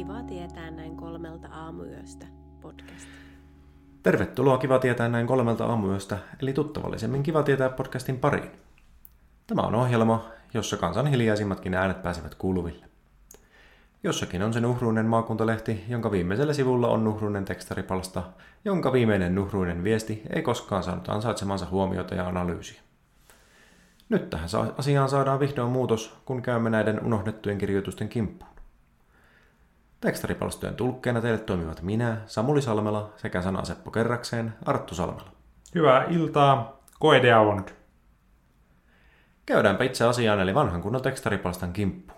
Kiva tietää näin 3 aamuyöstä podcast. Tervetuloa Kiva tietää näin 3 aamuyöstä, eli tuttavallisemmin Kiva tietää podcastin pariin. Tämä on ohjelma, jossa kansan hiljaisimmatkin äänet pääsevät kuuluville. Jossakin on se nuhruinen maakuntalehti, jonka viimeisellä sivulla on nuhruinen tekstaripalsta, jonka viimeinen nuhruinen viesti ei koskaan saanut ansaitsemansa huomiota ja analyysiä. Nyt tähän asiaan saadaan vihdoin muutos, kun käymme näiden unohdettujen kirjoitusten kimppuun. Tekstaripalstojen tulkkeena teille toimivat minä, Samuli Salmela, sekä Sana-Seppo Kerrakseen, Arttu Salmela. Hyvää iltaa, Koe Avond. Käydäänpä itse asiaan, eli vanhan kunnon tekstaripalstan kimppuun.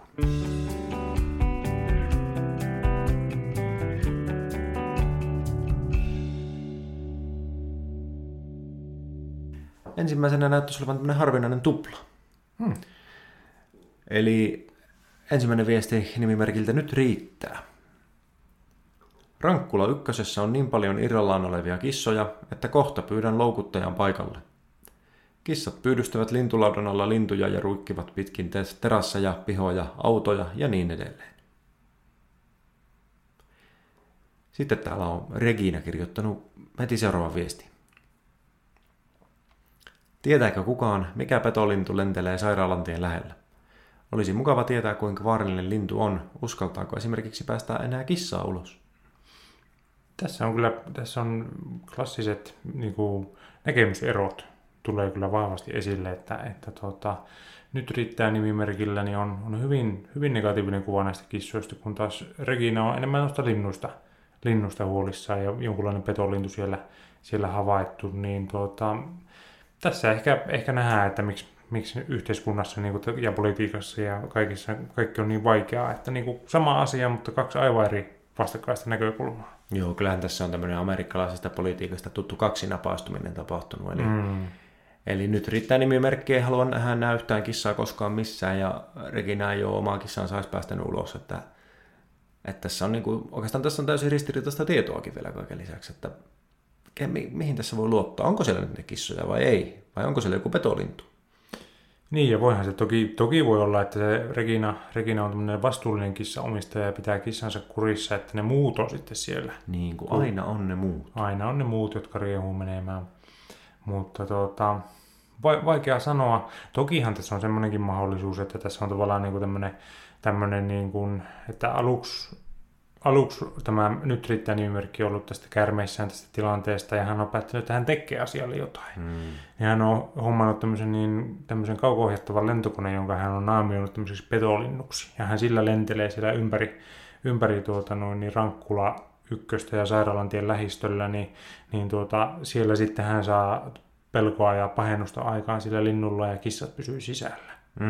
Ensimmäisenä näyttäisi olevan tämmöinen harvinainen tupla. Eli ensimmäinen viesti nimimerkiltä nyt riittää. Rankkula ykkösessä on niin paljon irrallaan olevia kissoja, että kohta pyydän loukuttajan paikalle. Kissat pyydystävät lintulaudan alla lintuja ja ruikkivat pitkin terasseja, pihoja, autoja ja niin edelleen. Sitten täällä on Regina kirjoittanut heti seuraava viesti. Tietääkö kukaan, mikä petolintu lentelee sairaalantien lähellä? Olisi mukava tietää, kuinka vaarallinen lintu on. Uskaltaako esimerkiksi päästää enää kissaa ulos? Tässä on klassiset näkemyserot tulee kyllä vahvasti esille, että nyt riittää nimimerkillä, niin on hyvin, hyvin negatiivinen kuva näistä kissoista, kun taas Regina on enemmän noista linnusta huolissaan ja jonkunlainen petolintu siellä havaittu, niin tässä ehkä nähdään, että miksi yhteiskunnassa ja politiikassa ja kaikki on niin vaikeaa, että sama asia, mutta 2 aivan eri vastakkaista näkökulmaa. Joo, kyllähän tässä on tämmöinen amerikkalaisesta politiikasta tuttu kaksinapaistuminen tapahtunut. Eli nyt riittää nimimerkki, ei halua nähdä yhtään kissaa koskaan missään, ja Regina ei ole omaa kissaan saisi päästänyt ulos. Että tässä on oikeastaan tässä on täysin ristiriitaista tietoakin vielä kaiken lisäksi, että mihin tässä voi luottaa? Onko siellä nyt ne kissoja vai ei? Vai onko siellä joku petolintu? Niin, ja voihan se toki voi olla, että se Regina on tämmöinen vastuullinen kissaomistaja ja pitää kissansa kurissa, että ne muut on sitten siellä. Niin kuin aina on ne muut. Aina on ne muut, jotka riehuu menemään. Mutta vaikea sanoa. Tokihan tässä on semmoinenkin mahdollisuus, että tässä on tavallaan tämmöinen että aluksi tämä nyt riittää nimimerkki ollut tästä kärmeissään tästä tilanteesta, ja hän on päättänyt, että hän tekee asialle jotain. Ja hän on hommannut tämmöisen kauko-ohjattavan lentokoneen, jonka hän on naamioinut tämmöiseksi petolinnuksi. Ja hän sillä lentelee siellä ympäri Rankkula ykköstä ja Sairaalantien lähistöllä, niin siellä sitten hän saa pelkoa ja pahennusta aikaan sillä linnulla, ja kissat pysyy sisällä.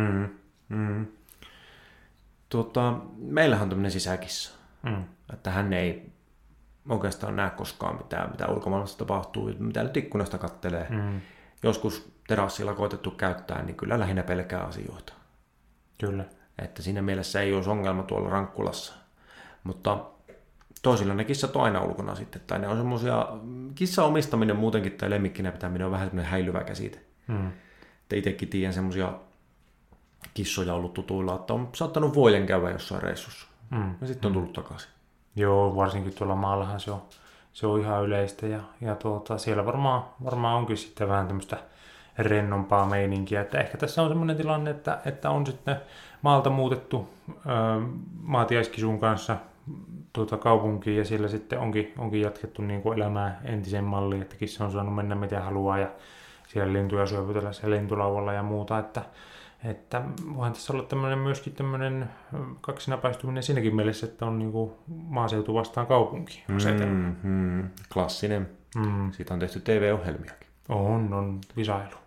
Meillähän on tämmöinen sisäkissa. Että hän ei oikeastaan näe koskaan mitä ulkomaailmassa tapahtuu, mitä nyt ikkunasta kattelee. Joskus terassilla koetettu käyttää, niin kyllä lähinnä pelkää asioita. Kyllä. Että siinä mielessä ei olisi ongelma tuolla Rankkulassa. Mutta toisilla ne kissat on aina ulkona sitten. Tai ne on semmoisia, kissan omistaminen muutenkin tai lemmikkinä pitäminen on vähän semmoinen häilyvä käsite. Että itsekin tiedän semmoisia kissoja ollut tutuilla, että on saattanut vuoden käydä jossain reissussa. Ja sitten on tullut takaisin. Joo, varsinkin tuolla maallahan se on ihan yleistä. Ja siellä varmaan onkin sitten vähän tämmöistä rennompaa meininkiä. Että ehkä tässä on semmoinen tilanne, että on sitten maalta muutettu maatiaiskisun kanssa kaupunkiin, ja siellä sitten onkin jatkettu elämää entisen malliin, että kissa on saanut mennä mitä haluaa ja siellä lintuja syövytellä siellä lintulaualla ja muuta, että voihan tässä olla myöskin tämmöinen kaksinapaistuminen siinäkin mielessä, että on maaseutu vastaan kaupunki. Klassinen. Siitä on tehty TV-ohjelmiakin. On visailu.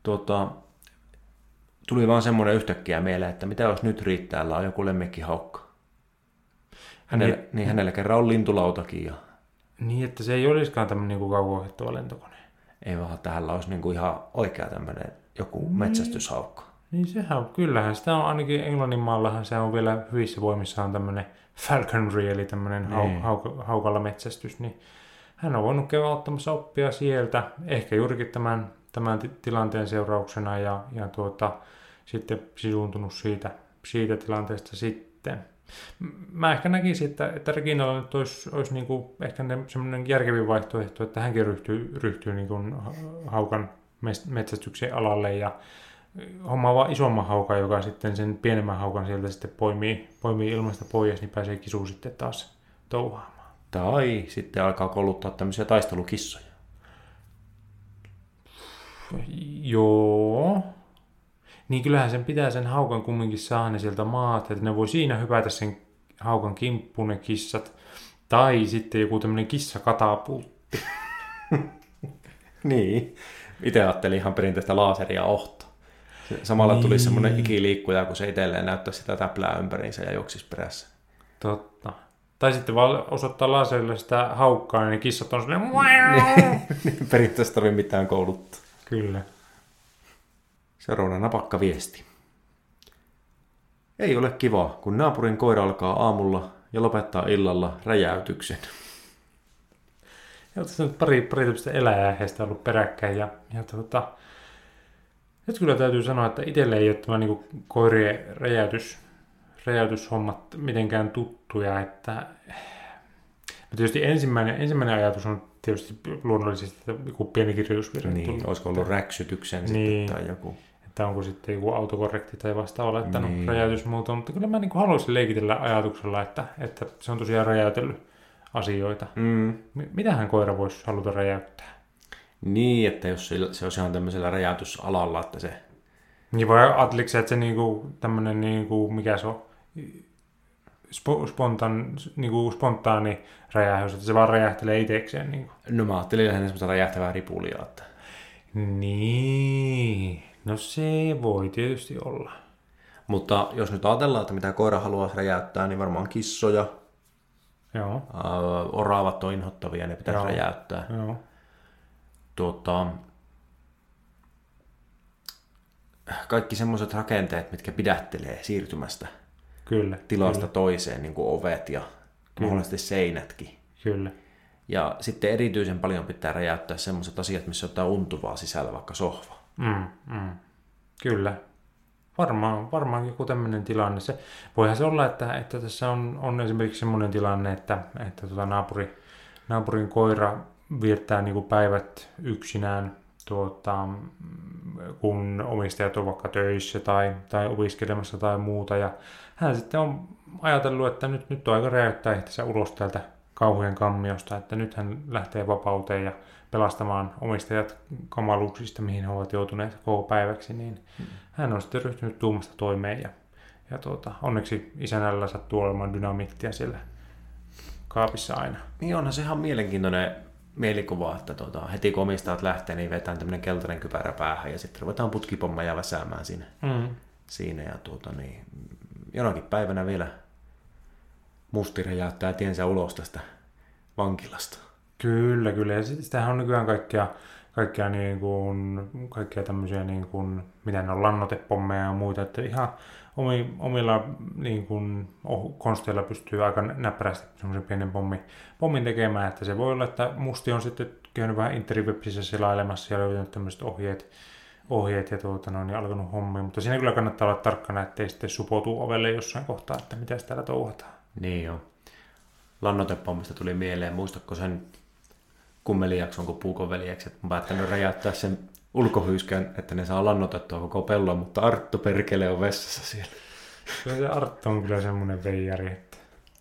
Tuli vaan semmoinen yhtäkkiä mieleen, että mitä jos nyt riittäällä on joku lemmikkihaukka. Hänellä kerran on lintulautakin. Ja... Niin, että se ei olisikaan tämmöinen kauko-ohjattava lentokone. Ei vaan, että hänellä olisi ihan oikea tämmöinen joku metsästyshaukka. Niin sehän on, kyllähän sitä on ainakin Englannin maallahan se on vielä hyvissä voimissaan tämmöinen falconry, eli tämmöinen haukalla metsästys, niin hän on voinut käydä ottamassa oppia sieltä, ehkä juurikin tämän tilanteen seurauksena ja sitten sisuuntunut siitä tilanteesta sitten. Mä ehkä näkisin, että Reginalla nyt olisi niin kuin ehkä semmoinen järkevin vaihtoehto, että hänkin ryhtyy niin kuin haukan metsästyksen alalle ja hommaa vaan isomman haukan, joka sitten sen pienemmän haukan sieltä sitten poimii ilmasta pois, niin pääsee kisuun sitten taas touhaamaan. Tai sitten alkaa kouluttaa tämmöisiä taistelukissoja. Joo. Niin kyllähän sen pitää sen haukan kumminkin saada ne sieltä maata, että ne voi siinä hypätä sen haukan kimppuun ne kissat. Tai sitten joku tämmöinen kissakatapultti. Niin. Itse ajattelin ihan perinteistä laaseria ohtoa. Samalla tuli semmoinen ikiliikkuja, kun se itselleen näyttää sitä täplää ympäriinsä ja juoksisi perässä. Totta. Tai sitten vaan osoittaa laserilla sitä haukkaa, niin ne kissat on silleen... Niin, periaatteessa tarvitse mitään kouluttaa. Kyllä. Seuraavana napakka viesti. Ei ole kiva, kun naapurin koira alkaa aamulla ja lopettaa illalla räjäytyksen. Ja tässä on pari tämmöistä eläjää ollut peräkkäin. Ja nyt kyllä täytyy sanoa, että itselle ei ole tämä niin koirien räjäytyshommat mitenkään tuttuja. Että... Tietysti ensimmäinen ajatus on tietysti luonnollisesti, että joku pieni kirjoitusvirhe. Niin, olisiko ollut räksytyksen niin, sitten tai joku. Että onko sitten joku autokorrekti tai vastaava laittanut räjäytysmuotoa. Mutta kyllä mä niin haluaisin leikitellä ajatuksella, että se on tosiaan räjäytellyt asioita. Mitähän koira voisi haluta räjäyttää? Niin, että jos se olisi ihan tämmöisellä räjäytysalalla, että se... Niin voi ajatteliko se, että se niinku, tämmöinen, niinku, mikä se on, spontaani räjähdys, että se vaan räjähtelee itsekseen. Niinku. No mä ajattelin lähinnä semmoista räjähtävää ripulia. Että... Niin, no se voi tietysti olla. Mutta jos nyt ajatellaan, että mitä koira haluaa räjäyttää, niin varmaan kissoja. Joo. Oraavat on inhottavia, ne pitäisi räjäyttää. Joo. Kaikki semmoiset rakenteet, mitkä pidättelee siirtymästä Kyllä, tilasta toiseen, niin kuin ovet ja mahdollisesti seinätkin. Kyllä. Ja sitten erityisen paljon pitää räjäyttää semmoiset asiat, missä on jotain untuvaa sisällä, vaikka sohva. Kyllä. Varmaan joku tämmöinen tilanne. Voihan se olla, että tässä on esimerkiksi semmoinen tilanne, että naapurin koira viettää niin kuin päivät yksinään, kun omistajat on vaikka töissä tai opiskelemassa tai muuta. Ja hän sitten on ajatellut, että nyt on aika räjäyttää itsensä ulos täältä kauhujen kammiosta, että nyt hän lähtee vapauteen ja pelastamaan omistajat kamaluuksista, mihin he ovat joutuneet koko päiväksi, niin hän on sitten ryhtynyt tuumasta toimeen ja onneksi isänällä sattuu olemaan dynamiittia siellä kaapissa aina. Niin onhan se ihan mielenkiintoinen mielikuva, että heti kun omistajat lähtee, niin vetään tämmöinen keltainen kypärä päähän ja sitten ruvetaan putkipommeja väsäämään siinä ja jonakin päivänä vielä musti räjäyttää tiensä ulos tästä vankilasta. Kyllä. Ja sitähän on nykyään kaikkia tämmöisiä, mitä ne on, lannotepommeja ja muita, että ihan omilla konsteilla pystyy aika näppärästi semmoisen pienen pommin tekemään, että se voi olla, että musti on sitten käynyt vähän interwebsissä selailemassa ja löytänyt tämmöiset ohjeet ja alkanut hommia, mutta siinä kyllä kannattaa olla tarkkana, ettei sitten supoutuu ovelle jossain kohtaa, että mitä täällä touhataan. Niin joo. Lannotepommista tuli mieleen, muistatko sen kummelijakson, kun Puukon veljekset on päättänyt räjäyttää sen ulkohyyskän, että ne saa lannotettua koko pellon, mutta Arttu perkele on vessassa siellä. Kyllä se Arttu on kyllä semmoinen veijari, että...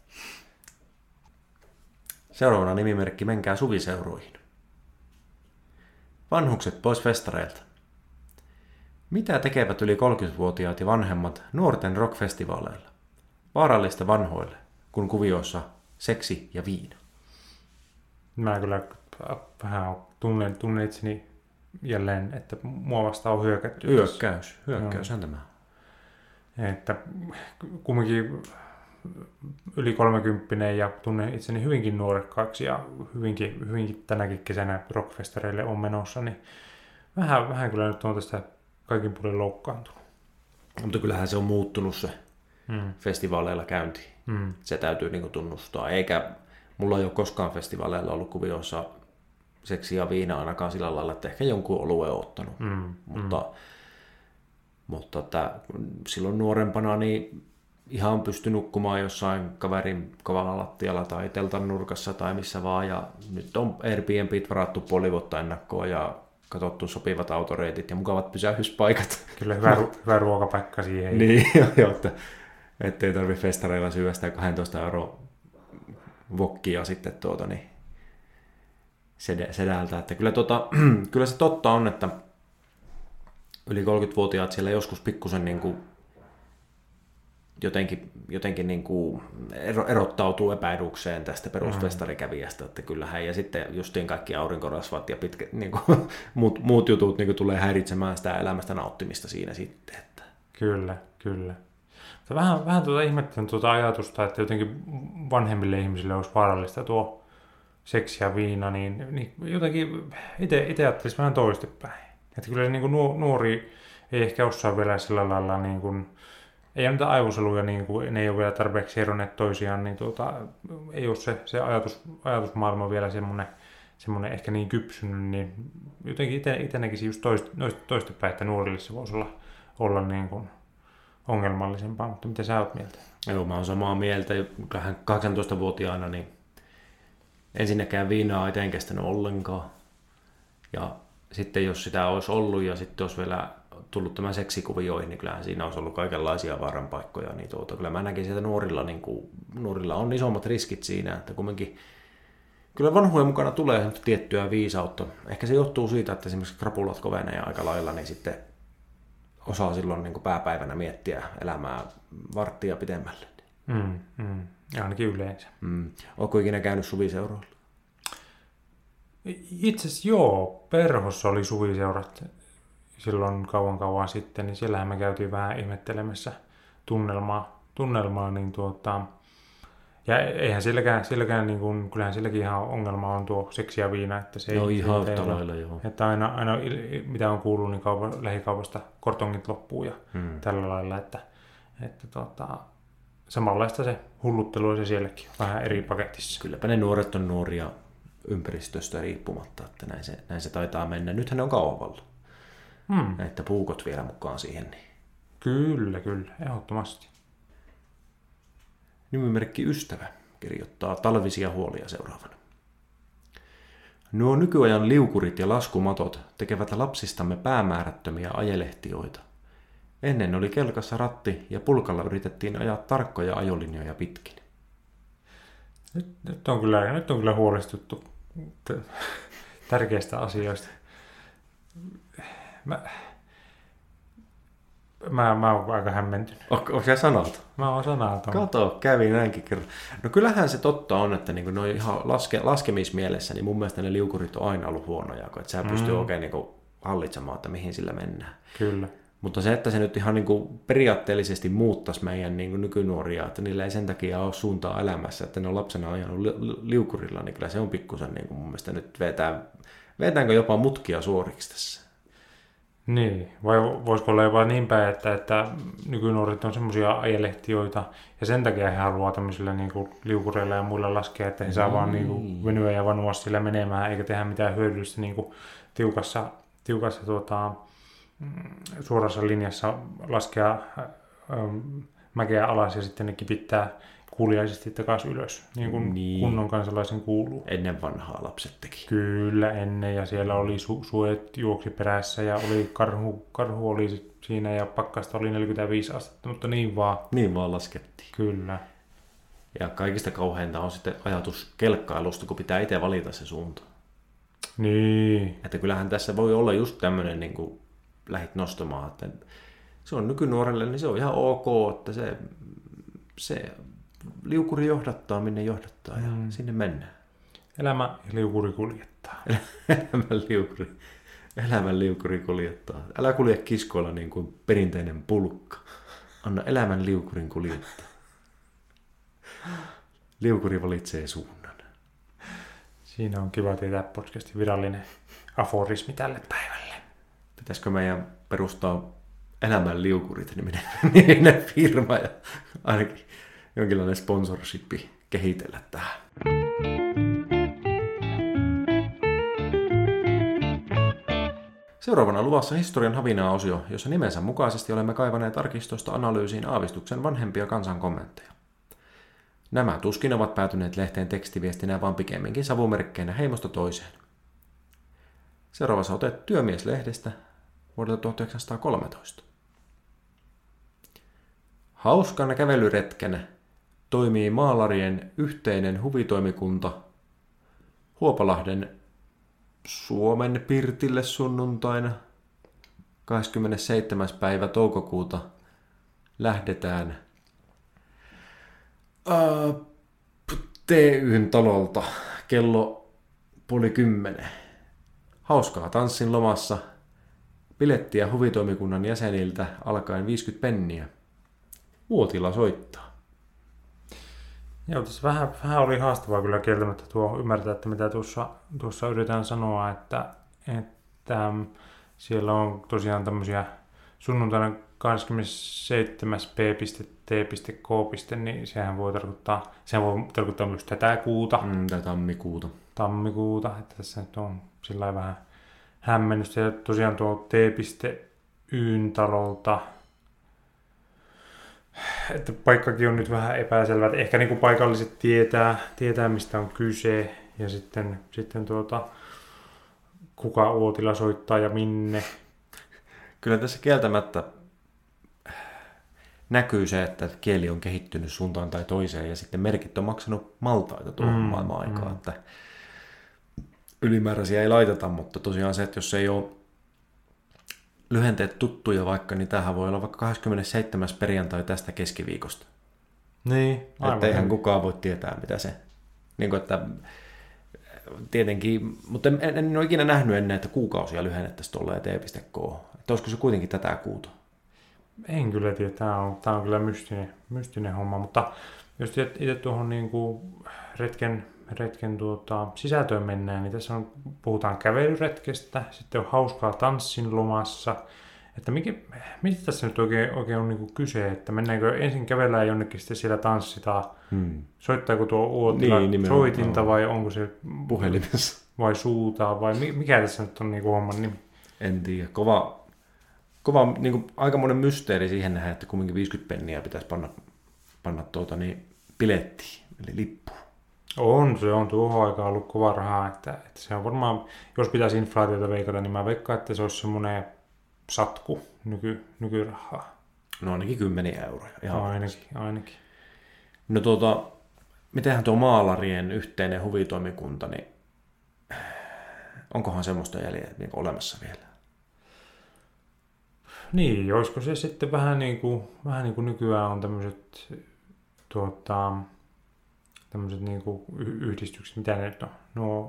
Seuraavana nimimerkki Menkää suviseuruihin. Vanhukset pois festareilta. Mitä tekevät yli 30-vuotiaat ja vanhemmat nuorten rockfestivaaleilla? Vaarallista vanhoille, kun kuvioissa seksi ja viina. Mä kyllä vähän tunnen itseni jälleen, että mua vastaan on hyökätty. Hyökkäys on tämä. Että kumminkin yli 30 ja tunnen itseni hyvinkin nuorekkaaksi ja hyvinkin tänäkin kesänä rockfestareille on menossa, niin vähän kyllä nyt on tästä kaikin puolin loukkaantunut. Mutta kyllähän se on muuttunut se festivaaleilla käynti. Se täytyy tunnustaa. Eikä mulla ei ole koskaan festivaaleilla ollut kuvioissa seksiä ja viinaa ainakaan sillä lailla, että ehkä jonkun oluen ottanut. Mutta silloin nuorempana niin ihan pysty nukkumaan jossain kaverin kovalla lattialla tai teltan nurkassa tai missä vaan. Ja nyt on Airbnbit varattu puoli vuotta ennakkoon ja katsottu sopivat autoreitit ja mukavat pysähyspaikat. Kyllä hyvä ruokapaikka siihen. Niin, joo, ettei tarvitse festareilla syödä sitä 12 € wokkia sitten niin sedältä. Että kyllä se totta on, että yli 30-vuotiaat siellä joskus pikkusen niin kuin jotenkin niin kuin erottautuu epäedukseen tästä perusfestarikävijästä, että kyllähän, ja sitten justiin kaikki aurinkorasvat ja niin kuin, muut jutut niin kuin tulee häiritsemään sitä elämästä nauttimista siinä sitten. Että. Kyllä. Vähän ihmettelen ajatusta, että jotenkin vanhemmille ihmisille olisi vaarallista tuo seksi ja viina, niin jotenkin itse ajattelisin vähän toistepäin. Että kyllä niin kuin nuori ei ehkä osaa vielä sillä lailla, niin kuin, ei ole niitä aivoseluja, niin kuin, ne ei ole vielä tarpeeksi eronneet toisiaan, niin ei ole se ajatusmaailma vielä semmoinen ehkä niin kypsynyt, niin jotenkin itse näkisin just toistepäin, että nuorille se voisi olla niin kuin ongelmallisempaa, mutta mitä sä oot mieltä? Joo, mä oon samaa mieltä. 18-vuotiaana niin ensinnäkään viinaa ei kestänyt ollenkaan. Ja sitten jos sitä olisi ollut ja sitten olisi vielä tullut tämän seksikuvioihin, niin kyllähän siinä olisi ollut kaikenlaisia vaaranpaikkoja. Niin kyllä mä näkisin, että nuorilla on isommat riskit siinä, että kumminkin kyllä vanhujen mukana tulee tiettyä viisautta. Ehkä se johtuu siitä, että esimerkiksi krapulat kovenee aika lailla, niin sitten osaa silloin niin kuin pääpäivänä miettiä elämää varttia pidemmälle. Ainakin yleensä. Oletko ikinä käynyt suviseuroilla? Itse asiassa joo. Perhossa oli suviseurat silloin kauan sitten, niin siellähän me käytiin vähän ihmettelemässä tunnelmaa niin ja eihän silläkään niin kuin, kyllähän silläkin ihan ongelma on tuo seksi ja viina, että se ei ihan yhtä lailla, joo. Että aina mitä on kuullut, niin lähikaupasta kortongit loppuu ja tällä lailla, että samanlaista se hulluttelu on se sielläkin, vähän eri paketissa. Kylläpä ne nuoret on nuoria ympäristöstä riippumatta, että näin se taitaa mennä. Nythän ne on kauavalla. Että puukot vielä mukaan siihen. Niin. Kyllä, ehdottomasti. Nimimerkki Ystävä kirjoittaa talvisia huolia seuraavana. Nuo nykyajan liukurit ja laskumatot tekevät lapsistamme päämäärättömiä ajelehtioita. Ennen oli kelkassa ratti ja pulkalla yritettiin ajaa tarkkoja ajolinjoja pitkin. Nyt on kyllä huolestuttu tärkeistä asioista. Mä oon aika hämmentynyt. Onko se sanaton? Mä oon sanaton. Kato, kävi näinkin kerran. No kyllähän se totta on, että niin noin ihan laskemismielessä, niin mun mielestä ne liukurit on aina ollut huonoja, että sä pystyy oikein niin hallitsemaan, että mihin sillä mennään. Kyllä. Mutta se, että se nyt ihan niin periaatteellisesti muuttaisi meidän niin nykynuoria, että niillä ei sen takia ole suuntaa elämässä, että ne on lapsena ajanut liukurilla, niin kyllä se on pikkusen niin mun mielestä nyt vetäänkö jopa mutkia suoriksi tässä. Niin, vai voisiko olla jopa niin päin, että nykynuoret on semmoisia ajelehtioita, ja sen takia he haluaa tämmöisillä niin kuin liukureilla ja muilla laskea, että he saa vaan niin kuin venyä ja vanua sillä menemään, eikä tehdä mitään hyödyllistä niin kuin tiukassa suorassa linjassa laskea mäkeä alas ja sitten ne kipittää kuuliaisesti takaisin ylös, niin kuin kunnon kansalaisen kuuluu. Ennen vanhaa lapset teki. Kyllä, ennen, ja siellä oli suet juoksi perässä, ja oli karhu oli siinä, ja pakkasta oli 45 astetta, mutta niin vaan. Niin vaan laskettiin. Kyllä. Ja kaikista kauheinta on sitten ajatus kelkkailusta, kun pitää itse valita se suunta. Niin. Että kyllähän tässä voi olla just tämmöinen, niin kuin lähit nostamaan, että se on nykynuorelle, niin se on ihan ok, että se liukuri johdattaa, minne johdattaa, ja sinne mennään. Elämä ja liukuri kuljettaa. Elämän liukuri kuljettaa. Älä kulje kiskoilla niin kuin perinteinen pulkka. Anna elämän liukurin kuljettaa. Liukuri valitsee suunnan. Siinä on kiva tietää podcastin virallinen aforismi tälle päivälle. Pitäisikö meidän perustaa elämän liukurit niminen firma ja ainakin jonkinlainen sponsorshipi kehitellä tähän. Seuraavana luvassa historian havinaa-osio, jossa nimensä mukaisesti olemme kaivaneet arkistosta analyysiin aavistuksen vanhempia kansan kommentteja. Nämä tuskin ovat päätyneet lehteen tekstiviestinä, vaan pikemminkin savumerkkeinä heimosta toiseen. Seuraavassa ote Työmies-lehdestä vuodelta 1913. Hauskana kävelyretkenä toimii maalarien yhteinen huvitoimikunta Huopalahden Suomen Pirtille sunnuntaina 27. päivä toukokuuta lähdetään TY:n talolta kello 9:30. Hauskaa tanssin lomassa. Bilettiä huvitoimikunnan jäseniltä alkaen 50 penniä. Uotila soittaa. Joo, tässä vähän oli haastavaa kyllä kieltämättä tuo ymmärtää, että mitä tuossa yritetään sanoa, että siellä on tosiaan tämmöisiä sunnuntaina 27.p.t.k. niin sehän voi tarkoittaa myös tätä kuuta. Tai tammikuuta. Että tässä nyt on sillä vähän hämmennystä. Ja tosiaan tuo T.yn talolta, että paikkakin on nyt vähän epäselvä. Että ehkä niin kuin paikalliset tietää, mistä on kyse. Ja sitten kuka Uotila soittaa ja minne. Kyllä tässä kieltämättä näkyy se, että kieli on kehittynyt suuntaan tai toiseen ja sitten merkit on maksanut maltaita tuohon maailman aikaan. Että ylimääräisiä ei laiteta, mutta tosiaan se, että jos ei ole lyhenteet tuttuja vaikka, niin tämähän voi olla vaikka 27. perjantai tästä keskiviikosta. Niin, aivan. Että eihän kukaan voi tietää, mitä se... Niin kuin, että tietenkin, mutta en ole ikinä nähnyt ennen, että kuukausia lyhennettäisiin tuolleen t.k. Että olisiko se kuitenkin tätä kuuta? En kyllä tiedä, tämä on kyllä mystinen homma, mutta jos itse tuohon niin kuin retken sisältöön mennään, niin tässä puhutaan kävelyretkestä, sitten on hauskaa tanssin lomassa, että mitä tässä nyt oikein on niin kuin kyse, että mennäänkö ensin kävellään jonnekin, sitten siellä tanssitaan, soittaako tuo Uotila soitinta vai onko se puhelimessa vai suutaa vai mikä tässä nyt on niin kuin homman nimi? En tiedä, kova niin kuin aikamoinen mysteeri siihen nähdä, että kumminkin 50 penniä pitäisi panna bilettiin, eli lippuun. Se on tuohon aikaan ollut kova rahaa, että se on varmaan, jos pitäisi inflaatiota veikata, niin mä veikkaan, että se olisi semmoinen satku nykyrahaa. No ainakin 10 euroja. Ainakin. No mitenhän tuo maalarien yhteinen huvitoimikunta, niin onkohan semmoista jäljellä niin olemassa vielä? Niin, olisiko se sitten vähän niin kuin nykyään on tämmöiset niin kuin yhdistykset, mitä ne on?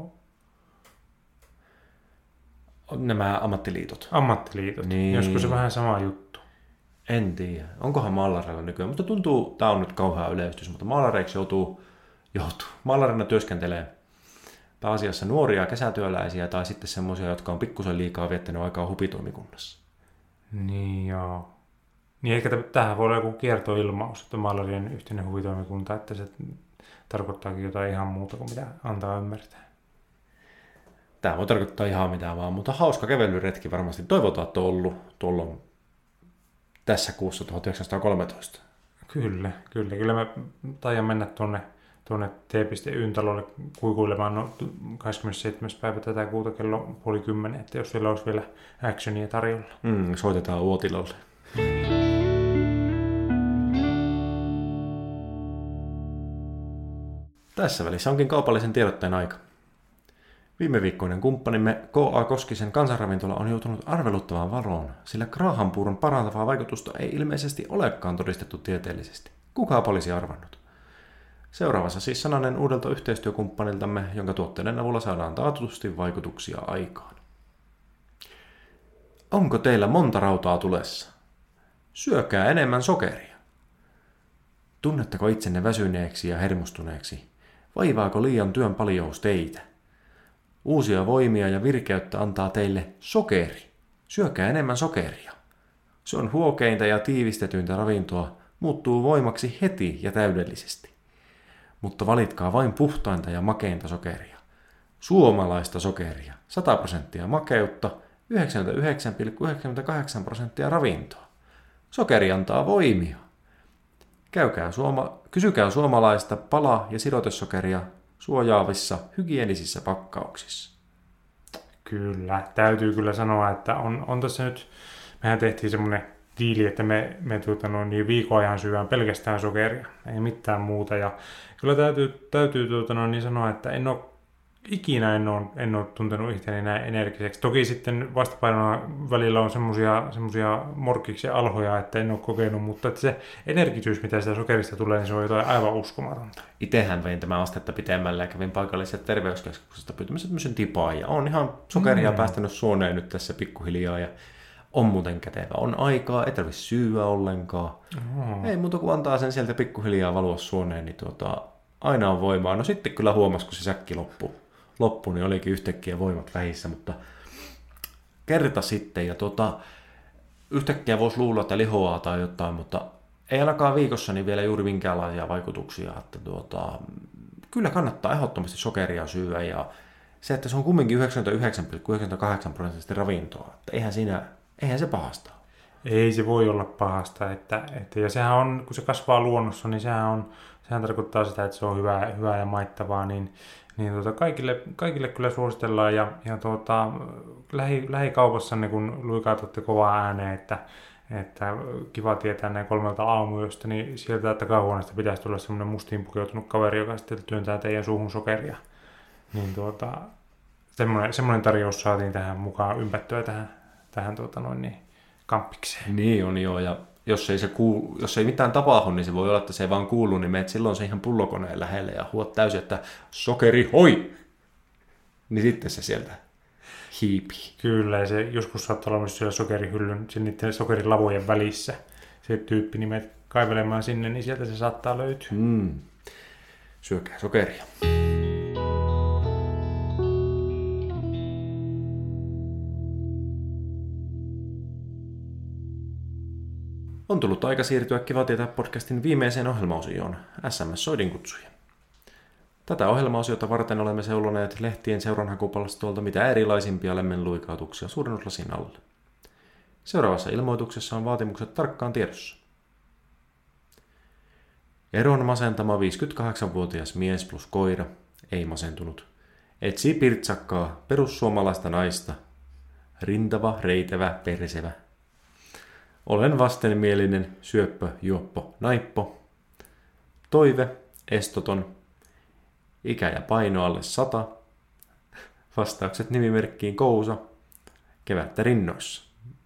Nämä ammattiliitot. Niin. Olisiko se vähän sama juttu? En tiedä. Onkohan maalareilla nykyään? Mutta tuntuu, tämä on nyt kauhea yleistys, mutta maalareiksi joutuu. Maalarina työskentelee pääasiassa nuoria kesätyöläisiä tai sitten semmoisia, jotka on pikkusen liikaa viettänyt aikaa hupitoimikunnassa. Niin joo. Niin ehkä tähän voi olla joku kiertoilmaus, että maalarien yhteinen huvitoimikunta, että se tarkoittaakin jotain ihan muuta kuin mitä antaa ymmärtää. Tämä voi tarkoittaa ihan mitään vaan, mutta hauska kävelyretki varmasti. Toivotaan, että on ollut tuolla tässä kuussa 1913. Kyllä. Mä taidan mennä tuonne T.yn talolle kuikuilemaan 27. päivä tätä kuuta kello 9:30, että jos siellä olisi vielä actionia tarjolla. Soitetaan Uotilalle. Tässä välissä onkin kaupallisen tiedotteen aika. Viime viikkoinen kumppanimme K.A. Koskisen kansanravintola on joutunut arveluttavaan varoon, sillä kraahanpuuron parantavaa vaikutusta ei ilmeisesti olekaan todistettu tieteellisesti. Kuka olisi arvannut? Seuraavassa siis sananen uudelta yhteistyökumppaniltamme, jonka tuotteiden avulla saadaan taatusti vaikutuksia aikaan. Onko teillä monta rautaa tulessa? Syökää enemmän sokeria. Tunnetteko itsenne väsyneeksi ja hermostuneeksi? Vaivaako liian työn paljous teitä? Uusia voimia ja virkeyttä antaa teille sokeri. Syökää enemmän sokeria. Se on huokeinta ja tiivistetyintä ravintoa, muuttuu voimaksi heti ja täydellisesti. Mutta valitkaa vain puhtainta ja makeinta sokeria. Suomalaista sokeria. 100% makeutta, 99,98% ravintoa. Sokeri antaa voimia. Kysykää suomalaista pala- ja sirotesokeria suojaavissa hygienisissä pakkauksissa. Kyllä, täytyy kyllä sanoa, että on tässä nyt, mehän tehtiin semmoinen diili, että me viikon ajan syödään pelkästään sokeria, ei mitään muuta. Ja kyllä täytyy sanoa, että ikinä en ole tuntenut itseäni näin energiseksi. Toki sitten vastapainona välillä on semmoisia morkkiksi alhoja, että en ole kokenut, mutta että se energisyys, mitä sitä sokerista tulee, niin se on jotain aivan uskomatonta. Itsehän vein tämän astetta pitemmälle ja kävin paikallisesta terveyskeskuksesta pyytämässä tämmöisen tipaan. Ja on ihan sokeria päästänyt suoneen nyt tässä pikkuhiljaa. Ja on muuten kätevä. On aikaa, ei tarvitse syyä ollenkaan. Ei muuta kuin antaa sen sieltä pikkuhiljaa valua suoneen, niin aina on voimaa. No sitten kyllä huomasi, kun se säkki loppui, niin olikin yhtäkkiä voimat vähissä, mutta kerta sitten. Ja yhtäkkiä voisi luulla, että lihoaa tai jotain, mutta ei ainakaan viikossa niin vielä juuri minkäänlaisia vaikutuksia. Että kyllä kannattaa ehdottomasti sokeria syödä ja se, että se on kumminkin 99,98% ravintoa. Että eihän se pahasta ole. Ei se voi olla pahasta. Ja sehän on, kun se kasvaa luonnossa, niin sehän tarkoittaa sitä, että se on hyvää ja maittavaa. Niin kaikille kyllä suositellaan. Ja lähikaupassa, kun luikautatte kovaa ääneen, että kiva tietää näin 3 aamuyöstä, niin sieltä takahuoneesta pitäisi tulla semmoinen mustiin pukeutunut kaveri, joka sitten työntää teidän suuhun sokeria. Niin semmoinen tarjous saatiin tähän mukaan ympättyä tähän kampikseen. Niin on joo, ja jos ei mitään tapahdu, niin se voi olla, että se ei vaan kuulu, niin menet silloin se ihan pullokoneen lähelle ja huot täysin, että sokeri hoi! Niin sitten se sieltä hiipii. Kyllä, ja se joskus saattaa olla myös siellä sokerihyllyn, niiden sokerilavojen välissä. Se tyyppi nimet kaivelemaan sinne, niin sieltä se saattaa löytyä. Syökää sokeria. On tullut aika siirtyä Kiva tietää podcastin viimeiseen ohjelmaosioon, SMS-soidinkutsuja. Tätä ohjelmaosiota varten olemme seuloneet lehtien seuranhakupalstolta mitä erilaisimpia lemmenluikautuksia suurennuslasin alle. Seuraavassa ilmoituksessa on vaatimukset tarkkaan tiedossa. Eron masentama 58-vuotias mies plus koira, ei masentunut, etsii pirtsakkaa perussuomalaista naista, rintava, reitevä, persevä. Olen vastenmielinen, syöppö, juoppo, naippo. Toive, estoton. Ikä ja paino alle 100. Vastaukset nimimerkkiin Kousa. Kevättä rinnoissa.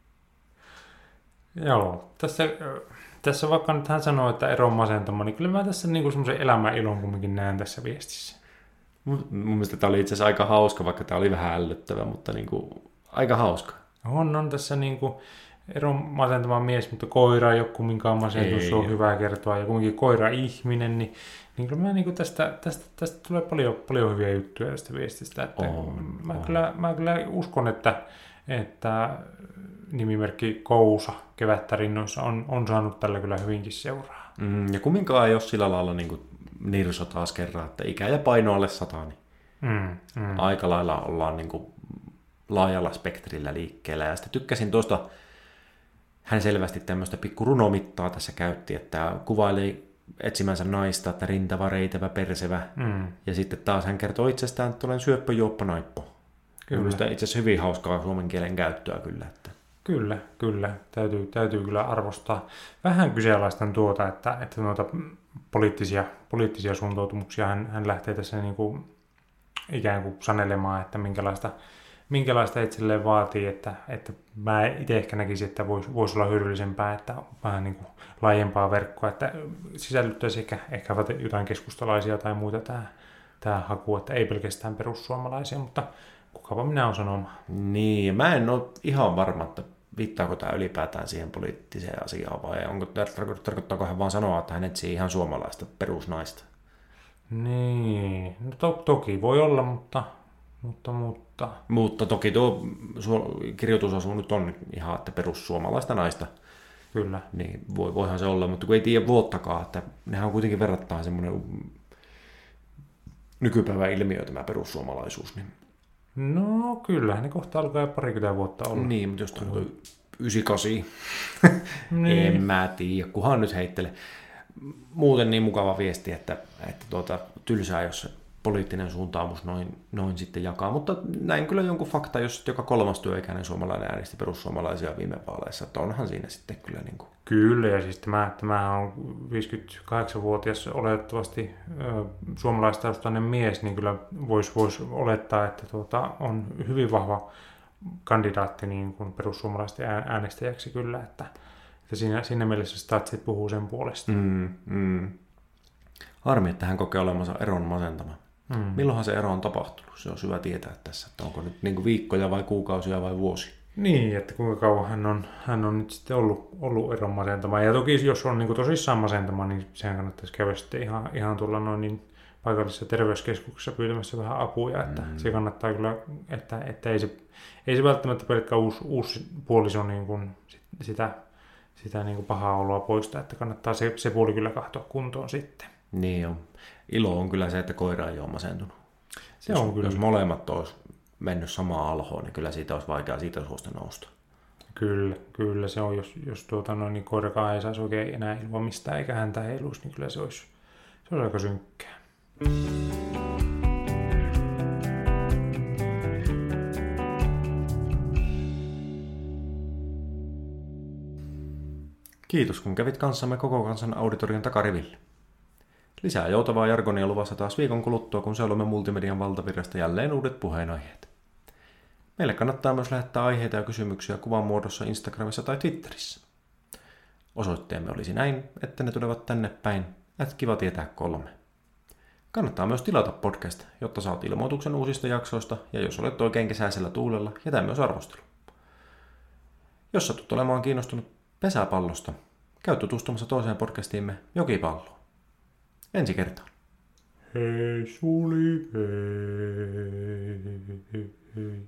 Joo, tässä vaikka nyt hän sanoo, että ero on masentama, niin kyllä mä tässä niinku semmoisen elämän ilon kumminkin näen tässä viestissä. Mun mielestä tämä oli itse asiassa aika hauska, vaikka tämä oli vähän ällöttävä, mutta niinku, aika hauska. On tässä niinku Eron masentama mies, mutta koira ei ole kumminkaan masentus, se on hyvä kertoa. Ja kumminkin koira-ihminen, niin kyllä mä niin tästä tulee paljon hyviä juttuja tästä viestistä. Että mä kyllä uskon, että nimimerkki Kousa kevättä rinnoissa on saanut tällä kyllä hyvinkin seuraa. Ja kumminkaan ei ole sillä lailla niin nirso taas kerran, että ikä ja paino alle 100, niin aika lailla ollaan niin laajalla spektrillä liikkeellä. Ja sitten tykkäsin tuosta, hän selvästi tämmöistä pikku runomittaa tässä käytti, että kuvaili etsimänsä naista, että rintava, reitevä, persevä. Ja sitten taas hän kertoo itsestään, että olen syöppö, juoppo, naippo. Kyllä. Itse asiassa hyvin hauskaa suomen kielen käyttöä kyllä. Että. Kyllä. Täytyy kyllä arvostaa. Vähän kyseenalaistan tuota, että noita poliittisia suuntautumuksia hän lähtee tässä niin kuin ikään kuin sanelemaan, että minkälaista itselleen vaatii, että mä itse ehkä näkisin, että voisi olla hyödyllisempää, että on vähän niin kuin laajempaa verkkoa, että sisällyttäisi ehkä jotain keskustalaisia tai muita tämä haku, että ei pelkästään perussuomalaisia, mutta kukapa minä olen sanomaan. Niin, ja mä en ole ihan varma, että viittaako tämä ylipäätään siihen poliittiseen asiaan, vai tarkoittaako hän vaan sanoa, että hän etsii ihan suomalaista perusnaista? Niin, no toki voi olla, mutta toki tuo kirjoitusasu nyt on ihan, että perussuomalaista naista. Kyllä. Niin voihan se olla, mutta kun ei tiedä vuottakaan, että nehän on kuitenkin verrattain semmoinen nykypäivän ilmiö tämä perussuomalaisuus. Niin No kyllähän ne kohta alkaa jo 20 vuotta olla. Niin, mutta jos on 98, Niin. en mä tiedä, kunhan nyt heittele. Muuten niin mukava viesti, että tylsää, jos se poliittinen suuntaamus noin sitten jakaa. Mutta näin kyllä jonkun fakta, jos joka 3. työikäinen suomalainen äänesti perussuomalaisia viime vaaleissa, että onhan siinä sitten kyllä niin kuin... Kyllä, ja siis tämä on 58-vuotias oletettavasti suomalaistaustainen mies, niin kyllä voisi olettaa, että on hyvin vahva kandidaatti niin kuin perussuomalaisten äänestäjäksi kyllä, että siinä mielessä statsit puhuu sen puolesta. Harmi, että hän kokee olemansa eron masentama. Milloinhan se ero on tapahtunut? Se on hyvä tietää tässä, että onko nyt niin kuin viikkoja vai kuukausia vai vuosi. Niin, että kuinka kauan hän on nyt sitten ollut eron masentama. Ja toki jos on niin kuin tosissaan masentama, niin sehän kannattaisi käydä sitten ihan tuolla noin niin paikallisessa terveyskeskuksessa pyytämässä vähän apuja. Että se kannattaa kyllä, että ei se välttämättä pelkkä uusi puoliso niin kuin sitä niin kuin pahaa oloa poista, että kannattaa se puoli kyllä katsoa kuntoon sitten. Niin on. Ilo on kyllä se, että koira ei ole masentunut. Se on kyllä. Jos molemmat olisi mennyt samaan alhoon, niin kyllä siitä olisi vaikea siitä suosta nousta. Kyllä se on, jos niin koirakaan ei saisi oikein enää ilua mistään eikä häntä heiluisi, niin kyllä se olisi aika synkkää. Kiitos kun kävit kanssamme Koko Kansan auditorion takariville. Lisää joutavaa jargonia luvassa taas viikon kuluttua, kun seulomme multimedian valtavirrasta jälleen uudet puheenaiheet. Meille kannattaa myös lähettää aiheita ja kysymyksiä kuvan muodossa Instagramissa tai Twitterissä. Osoitteemme olisi näin, että ne tulevat tänne päin, @kivatietää3. Kannattaa myös tilata podcast, jotta saat ilmoituksen uusista jaksoista, ja jos olet oikein kesäisellä tuulella, jätä myös arvostelu. Jos satut olemaan kiinnostunut pesäpallosta, käy tutustumassa toiseen podcastiimme Jokipalloon. Ensi kertaan. Hei Suli, hei.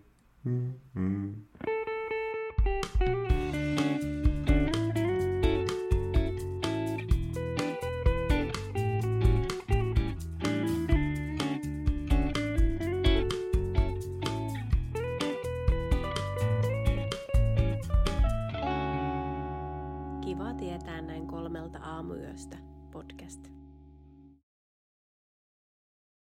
Kiva tietää näin 3 aamuyöstä podcast.